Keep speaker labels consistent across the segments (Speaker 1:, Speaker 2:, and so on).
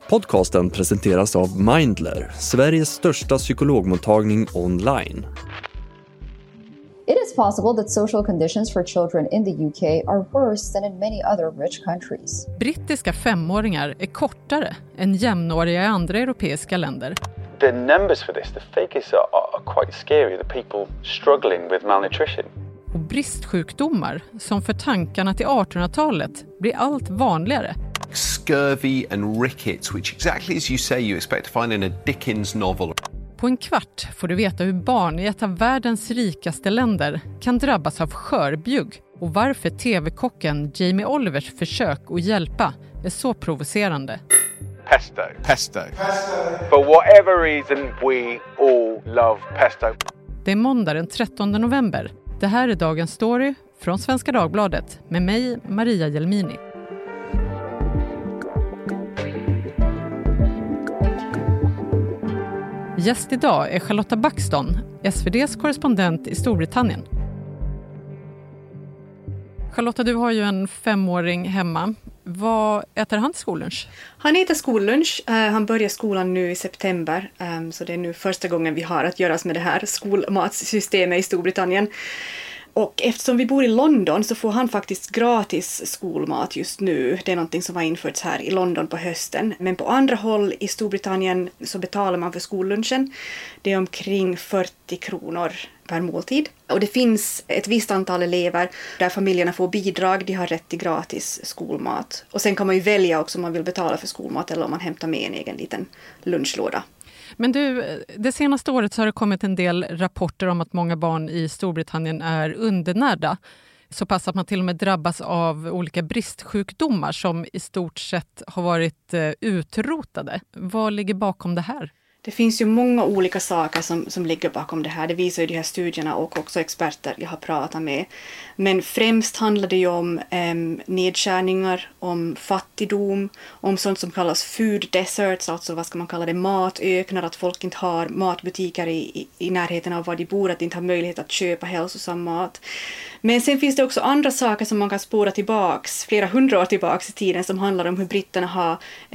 Speaker 1: Podcasten presenteras av Mindler, Sveriges största psykologmottagning online.
Speaker 2: It is possible that social conditions for children in the UK are worse than in many other rich countries.
Speaker 3: Brittiska femåringar är kortare än jämnåriga i andra europeiska länder.
Speaker 4: The numbers for this, the figures are quite scary. The people struggling with malnutrition.
Speaker 3: Och bristsjukdomar som för tankarna till 1800-talet blir allt vanligare.
Speaker 5: Scurvy and rickets, which exactly as you say you expect to find in a Dickens novel.
Speaker 3: På en kvart får du veta hur barn i ett av världens rikaste länder kan drabbas av skörbjugg och varför tv-kocken Jamie Olivers försök att hjälpa är så provocerande.
Speaker 4: Pesto.
Speaker 5: Pesto.
Speaker 4: For whatever reason, we all love pesto.
Speaker 3: Det är måndag den 13 november. Det här är dagens story från Svenska Dagbladet med mig, Maria Jelmini. Gäst idag är Charlotta Buxton, SVD:s korrespondent i Storbritannien. Charlotta, du har ju en 5-åring hemma. Vad äter han till skollunch?
Speaker 6: Han äter skollunch. Han börjar skolan nu i september. Så det är nu första gången vi har att göra med det här skolmatssystemet i Storbritannien. Och eftersom vi bor i London så får han faktiskt gratis skolmat just nu. Det är någonting som har införts här i London på hösten. Men på andra håll i Storbritannien så betalar man för skollunchen. Det är omkring 40 kronor per måltid. Och det finns ett visst antal elever där familjerna får bidrag. De har rätt till gratis skolmat. Och sen kan man ju välja också om man vill betala för skolmat eller om man hämtar med en egen liten lunchlåda.
Speaker 3: Men du, det senaste året så har det kommit en del rapporter om att många barn i Storbritannien är undernärda. Så pass att man till och med drabbas av olika bristsjukdomar som i stort sett har varit utrotade. Vad ligger bakom det här?
Speaker 6: Det finns ju många olika saker som ligger bakom det här. Det visar ju de här studierna och också experter jag har pratat med. Men främst handlar det ju om nedskärningar, om fattigdom, om sånt som kallas food deserts, alltså vad ska man kalla det, matöknar, att folk inte har matbutiker i närheten av var de bor, att de inte har möjlighet att köpa hälsosam mat. Men sen finns det också andra saker som man kan spåra tillbaks, flera 100 år tillbaks i tiden, som handlar om hur britterna har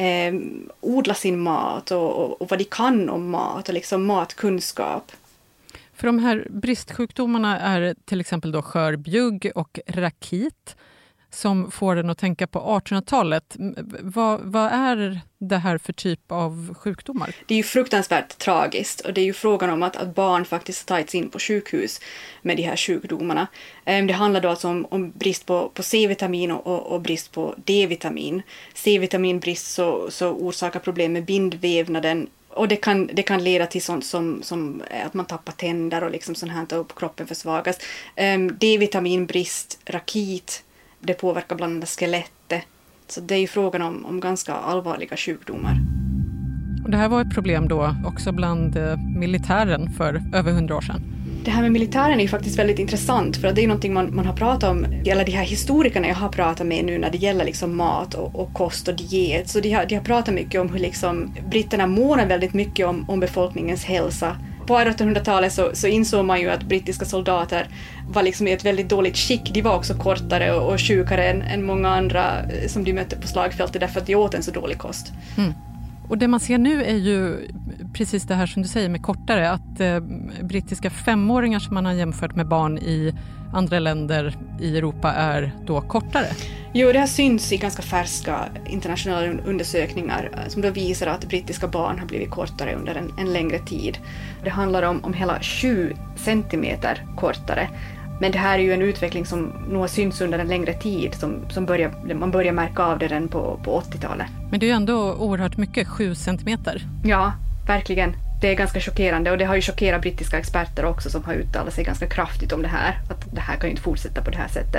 Speaker 6: odlat sin mat och vad de kan om mat och liksom matkunskap.
Speaker 3: För de här bristsjukdomarna är till exempel då skörbjugg och rakit som får den att tänka på 1800-talet. Vad är det här för typ av sjukdomar?
Speaker 6: Det är ju fruktansvärt tragiskt och det är ju frågan om att barn faktiskt har tagits in på sjukhus med de här sjukdomarna. Det handlar då alltså om brist på C-vitamin och brist på D-vitamin. C-vitaminbrist så orsakar problem med bindvävnaden. Och det kan leda till sånt som att man tappar tänder och liksom sånt här och kroppen försvagas. D-vitaminbrist, rakit, det påverkar bland annat skelettet. Så det är ju frågan om ganska allvarliga sjukdomar.
Speaker 3: Och det här var ett problem då också bland militären för över 100 år sedan.
Speaker 6: Det här med militären är ju faktiskt väldigt intressant för att det är någonting man har pratat om, eller de här historikerna jag har pratat med nu när det gäller liksom mat och kost och diet. Så de har pratat mycket om hur liksom britterna månar väldigt mycket om befolkningens hälsa. På 1800-talet så insåg man ju att brittiska soldater var liksom i ett väldigt dåligt skick. De var också kortare och sjukare än många andra som de mötte på slagfältet därför att de åt en så dålig kost.
Speaker 3: Mm. Och det man ser nu är ju precis det här som du säger med kortare, att brittiska 5-åringar som man har jämfört med barn i andra länder i Europa är då kortare.
Speaker 6: Jo, det här syns i ganska färska internationella undersökningar som då visar att brittiska barn har blivit kortare under en längre tid. Det handlar om hela 7 centimeter kortare. Men det här är ju en utveckling som nog har synts under en längre tid, man börjar märka av det redan på 80-talet.
Speaker 3: Men det är ju ändå oerhört mycket, 7 centimeter.
Speaker 6: Ja, verkligen. Det är ganska chockerande och det har ju chockerat brittiska experter också som har uttalat sig ganska kraftigt om det här. Att det här kan ju inte fortsätta på det här sättet.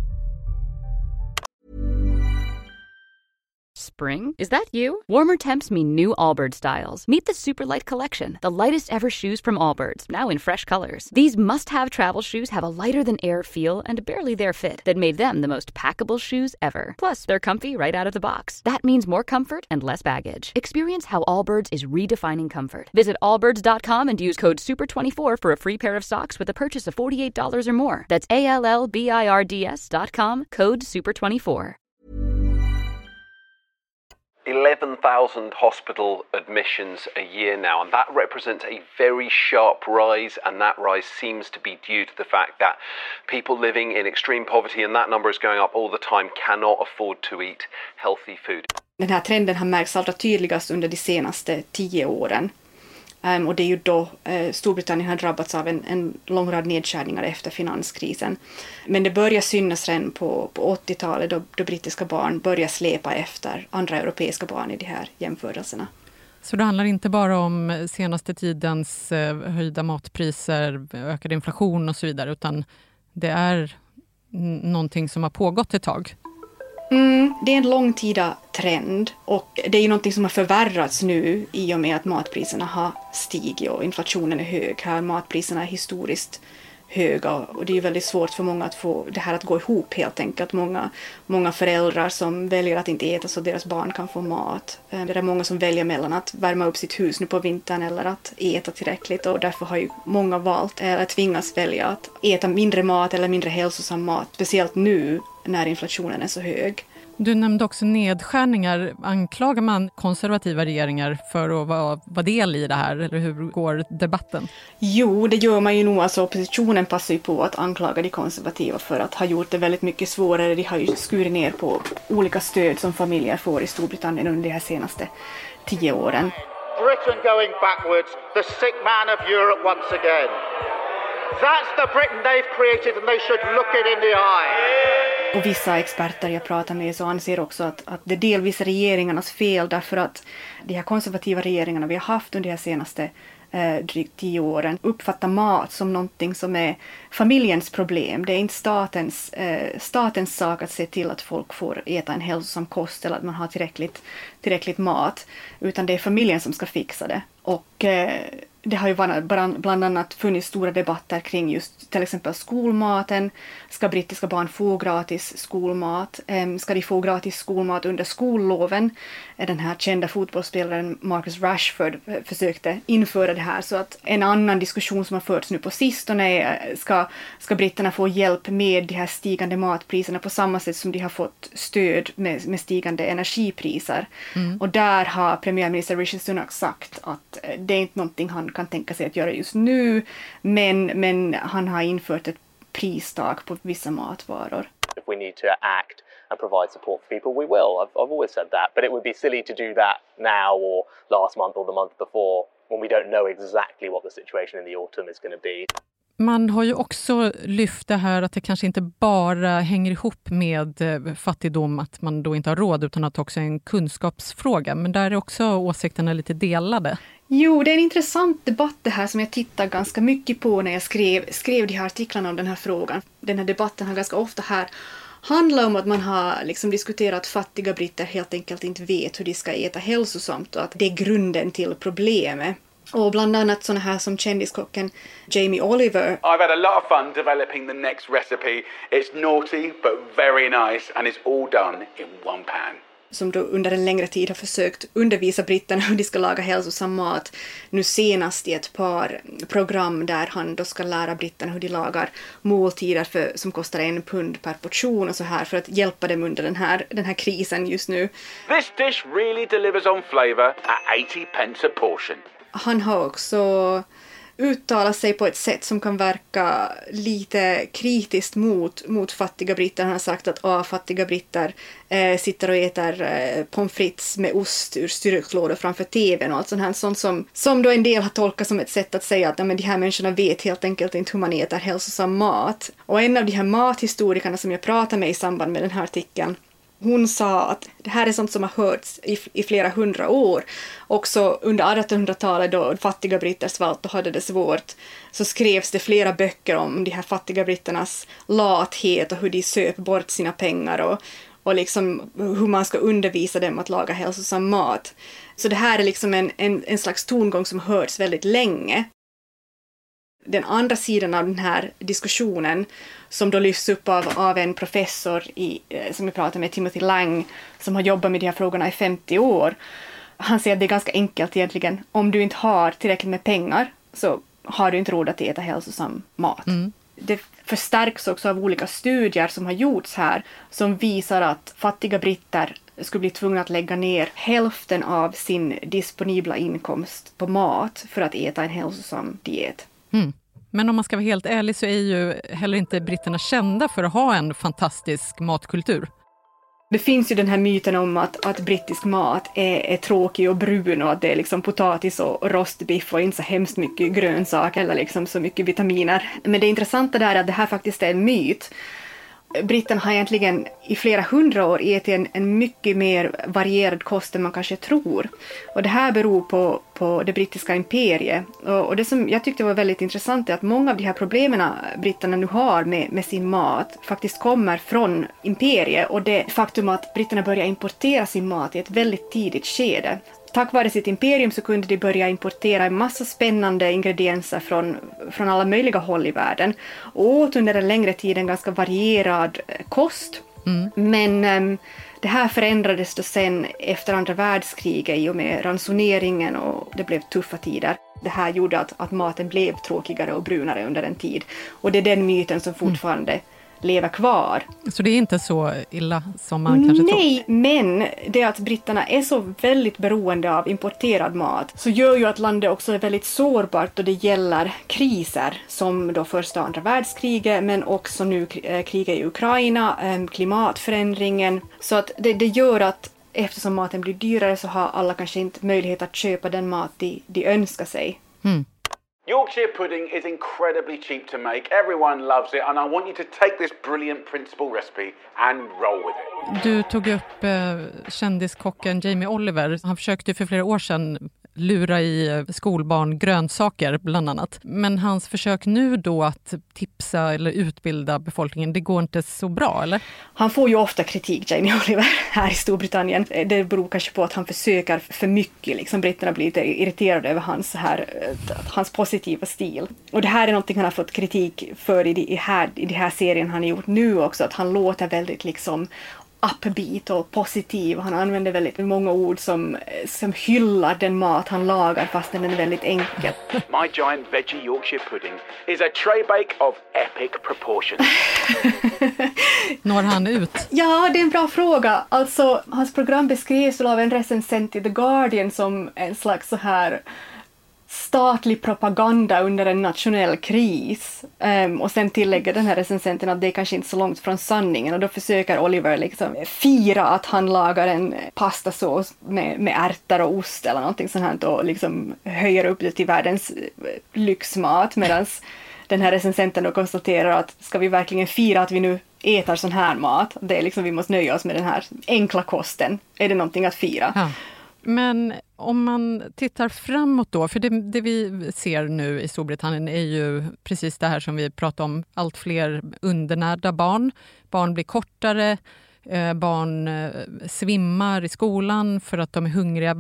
Speaker 7: Spring? Is that you? Warmer temps mean new Allbirds styles. Meet the Superlight Collection, the lightest ever shoes from Allbirds, now in fresh colors. These must-have travel shoes have a lighter-than-air feel and a barely-there fit that made them the most packable shoes ever. Plus, they're comfy right out of the box. That means more comfort and less baggage. Experience how Allbirds is redefining comfort. Visit allbirds.com and use code SUPER24 for a free pair of socks with a purchase of $48 or more. That's ALLBIRDS.com, code SUPER24.
Speaker 5: 11,000 hospital admissions a year now, and that represents a very sharp rise, and that rise seems to be due to the fact that people living in extreme poverty, and that number is going up all the time, cannot afford to eat healthy food.
Speaker 6: Den här trenden har märkts allra tydligast under de senaste 10 åren. Och det är ju då Storbritannien har drabbats av en lång rad nedskärningar efter finanskrisen. Men det börjar synas redan på 80-talet då brittiska barn börjar släpa efter andra europeiska barn i de här jämförelserna.
Speaker 3: Så det handlar inte bara om senaste tidens höjda matpriser, ökad inflation och så vidare, utan det är någonting som har pågått ett tag?
Speaker 6: Det är en långtida trend och det är ju någonting som har förvärrats nu i och med att matpriserna har stigit och inflationen är hög. Här matpriserna är historiskt höga och det är väldigt svårt för många att få det här att gå ihop helt enkelt. Många föräldrar som väljer att inte äta så deras barn kan få mat. Det är många som väljer mellan att värma upp sitt hus nu på vintern eller att äta tillräckligt och därför har ju många valt eller tvingats välja att äta mindre mat eller mindre hälsosam mat, speciellt nu när inflationen är så hög.
Speaker 3: Du nämnde också nedskärningar. Anklagar man konservativa regeringar för att vara del i det här? Eller hur går debatten?
Speaker 6: Jo, det gör man ju nog. Alltså, oppositionen passar ju på att anklaga de konservativa för att ha gjort det väldigt mycket svårare. De har ju skurit ner på olika stöd som familjer får i Storbritannien under de här senaste 10 åren.
Speaker 8: Britain going backwards, the sick man of Europe once again. That's the Britain they've created and they should look it in the eye.
Speaker 6: Och vissa experter jag pratar med så anser också att det delvis är regeringarnas fel därför att de här konservativa regeringarna vi har haft under de här senaste drygt 10 åren uppfattar mat som någonting som är familjens problem. Det är inte statens sak att se till att folk får äta en hälsosam kost eller att man har tillräckligt mat, utan det är familjen som ska fixa det. Och det har ju bland annat funnits stora debatter kring just till exempel skolmaten. Ska brittiska barn få gratis skolmat? Ska de få gratis skolmat under skolloven? Den här kända fotbollsspelaren Marcus Rashford försökte införa det här. Så att en annan diskussion som har förts nu på sistone är ska britterna få hjälp med de här stigande matpriserna på samma sätt som de har fått stöd med stigande energipriser. Och där har premiärminister Rishi Sunak sagt att det är inte någonting han kan tänka sig att göra just nu, men han har infört ett pristak på vissa matvaror.
Speaker 9: If we need to act and provide support for people, we will. I've always said that, but it would be silly to do that now or last month or the month before when we don't know exactly what the situation in the autumn is going to be.
Speaker 3: Man har ju också lyft det här att det kanske inte bara hänger ihop med fattigdom, att man då inte har råd, utan att det också är en kunskapsfråga. Men där är också åsikterna lite delade.
Speaker 6: Jo, det är en intressant debatt det här som jag tittar ganska mycket på när jag skrev de här artiklarna om den här frågan. Den här debatten har ganska ofta här handlat om att man har liksom diskuterat att fattiga britter helt enkelt inte vet hur de ska äta hälsosamt och att det är grunden till problemet. Och bland annat såna här som kändiskocken Jamie Oliver.
Speaker 10: I've had a lot of fun developing the next recipe. It's naughty but very nice and it's all done in one pan.
Speaker 6: Som då under en längre tid har försökt undervisa britterna hur de ska laga hälsosam mat. Nu senast i ett par program där han då ska lära britterna hur de lagar måltider som kostar £1 per portion och så här för att hjälpa dem under den här krisen just nu.
Speaker 10: This dish really delivers on flavor at 80 pence a portion.
Speaker 6: Han har också uttalat sig på ett sätt som kan verka lite kritiskt mot fattiga britter. Han har sagt att fattiga britter sitter och äter pommes frites med ost ur styrklådor framför tvn och allt sånt här. Som då en del har tolkat som ett sätt att säga att de här människorna vet helt enkelt inte hur man äter hälsosam mat. Och en av de här mathistorikerna som jag pratade med i samband med den här artikeln, hon sa att det här är sånt som har hörts i flera 100 år. Också under 1800-talet då fattiga britter svalt och hade det svårt så skrevs det flera böcker om de här fattiga britternas lathet och hur de söp bort sina pengar och liksom hur man ska undervisa dem att laga hälsosam mat. Så det här är liksom en slags tongång som hörts väldigt länge. Den andra sidan av den här diskussionen som då lyfts upp av en professor som vi pratar med, Timothy Lang, som har jobbat med de här frågorna i 50 år. Han säger att det är ganska enkelt egentligen. Om du inte har tillräckligt med pengar så har du inte råd att äta hälsosam mat. Det förstärks också av olika studier som har gjorts här som visar att fattiga britter skulle bli tvungna att lägga ner hälften av sin disponibla inkomst på mat för att äta en hälsosam diet.
Speaker 3: Men om man ska vara helt ärlig så är ju heller inte britterna kända för att ha en fantastisk matkultur.
Speaker 6: Det finns ju den här myten om att brittisk mat är tråkig och brun och att det är liksom potatis och rostbiff och inte så hemskt mycket grönsaker eller liksom så mycket vitaminer. Men det intressanta där är att det här faktiskt är en myt. Britterna har egentligen i flera 100 år ätit en mycket mer varierad kost än man kanske tror. Och det här beror på det brittiska imperiet. Och det som jag tyckte var väldigt intressant är att många av de här problemen britterna nu har med sin mat faktiskt kommer från imperiet. Och det faktum att britterna börjar importera sin mat i ett väldigt tidigt skede. Tack vare sitt imperium så kunde de börja importera en massa spännande ingredienser från alla möjliga håll i världen. Och åt under en längre tid en ganska varierad kost. Men det här förändrades då sen efter andra världskriget i och med ransoneringen och det blev tuffa tider. Det här gjorde att maten blev tråkigare och brunare under en tid. Och det är den myten som fortfarande lever kvar.
Speaker 3: Så det är inte så illa som man kanske tror?
Speaker 6: Nej, men det att britterna är så väldigt beroende av importerad mat så gör ju att landet också är väldigt sårbart då det gäller kriser som då första och andra världskriget men också nu kriget i Ukraina, klimatförändringen. Så att det gör att eftersom maten blir dyrare så har alla kanske inte möjlighet att köpa den mat de önskar sig.
Speaker 10: Yorkshire pudding is incredibly cheap to make. Everyone loves it and I want you to take this brilliant principal recipe and roll with it.
Speaker 3: Du tog upp kändiskocken Jamie Oliver. Han försökte för flera år sedan lura i skolbarn grönsaker bland annat. Men hans försök nu då att tipsa eller utbilda befolkningen, det går inte så bra, eller?
Speaker 6: Han får ju ofta kritik, Jamie Oliver, här i Storbritannien. Det beror kanske på att han försöker för mycket. Liksom britterna blir lite irriterade över hans positiva stil. Och det här är någonting han har fått kritik för i det här serien han har gjort nu också. Att han låter väldigt liksom upbeat och positiv. Han använder väldigt många ord som hyllar den mat han lagar fast den är väldigt enkel.
Speaker 10: My giant veggie Yorkshire pudding is a tray bake of epic proportions.
Speaker 3: Når han ut?
Speaker 6: Ja, det är en bra fråga. Alltså, hans program beskrevs av en recensent i The Guardian som en slags så här statlig propaganda under en nationell kris. Och sen tillägger den här recensenten att det är kanske inte så långt från sanningen. Och då försöker Oliver liksom fira att han lagar en pastasås med ärtor och ost eller någonting sånt här och liksom höjer upp det till världens lyxmat. Medan den här recensenten då konstaterar att ska vi verkligen fira att vi nu äter sån här mat? Det är liksom, vi måste nöja oss med den här enkla kosten. Är det någonting att fira?
Speaker 3: Ja. Men om man tittar framåt då, för det vi ser nu i Storbritannien är ju precis det här som vi pratar om, allt fler undernärda barn. Barn blir kortare, barn svimmar i skolan för att de är hungriga.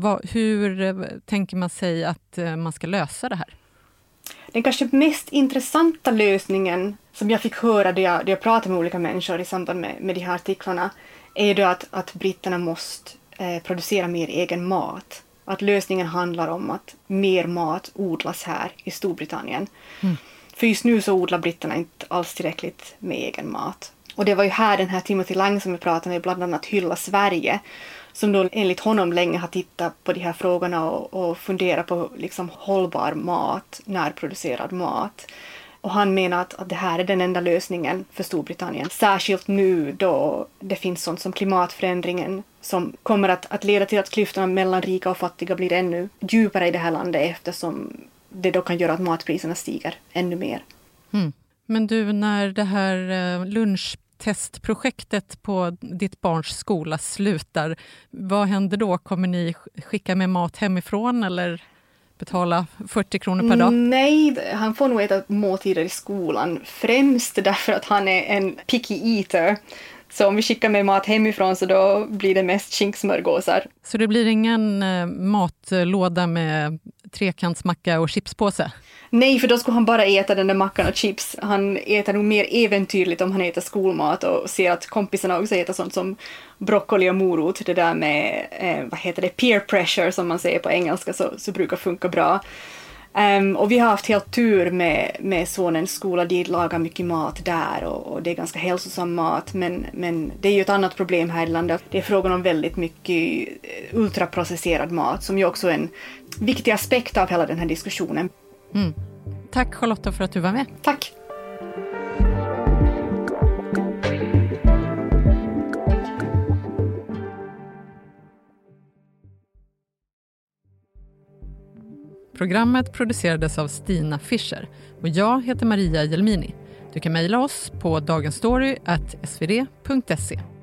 Speaker 3: Hur tänker man sig att man ska lösa det här?
Speaker 6: Den kanske mest intressanta lösningen som jag fick höra då jag pratade med olika människor i samband med de här artiklarna är då att britterna måste producera mer egen mat. Att lösningen handlar om att mer mat odlas här i Storbritannien. För just nu så odlar britterna inte alls tillräckligt med egen mat. Och det var ju här den här Timothy Lang som vi pratade med bland annat hylla Sverige. Som då enligt honom länge har tittat på de här frågorna och funderat på liksom hållbar mat, närproducerad mat. Och han menar att det här är den enda lösningen för Storbritannien. Särskilt nu då det finns sånt som klimatförändringen som kommer att leda till att klyftorna mellan rika och fattiga blir ännu djupare i det här landet eftersom det då kan göra att matpriserna stiger ännu mer.
Speaker 3: Men du, när det här lunchtestprojektet på ditt barns skola slutar, vad händer då? Kommer ni skicka med mat hemifrån eller betala 40 kronor per dag?
Speaker 6: Nej, han får nog äta måltider i skolan. Främst därför att han är en picky eater. Så om vi skickar med mat hemifrån så då blir det mest skinksmörgåsar.
Speaker 3: Så det blir ingen matlåda med trekantsmacka och chipspåse?
Speaker 6: Nej, för då skulle han bara äta den där mackan och chips. Han äter nog mer äventyrligt om han äter skolmat och ser att kompisarna också äter sånt som broccoli och morot. Det där med, peer pressure som man säger på engelska så brukar funka bra. Och vi har haft helt tur med sonens skola, dit lagar mycket mat där och det är ganska hälsosam mat, men det är ju ett annat problem här i landet. Det är frågan om väldigt mycket ultraprocesserad mat som ju också är en viktig aspekt av hela den här diskussionen.
Speaker 3: Tack Charlotta för att du var med.
Speaker 6: Tack!
Speaker 3: Programmet producerades av Stina Fischer och jag heter Maria Jelmini. Du kan mejla oss på dagensstory@svd.se.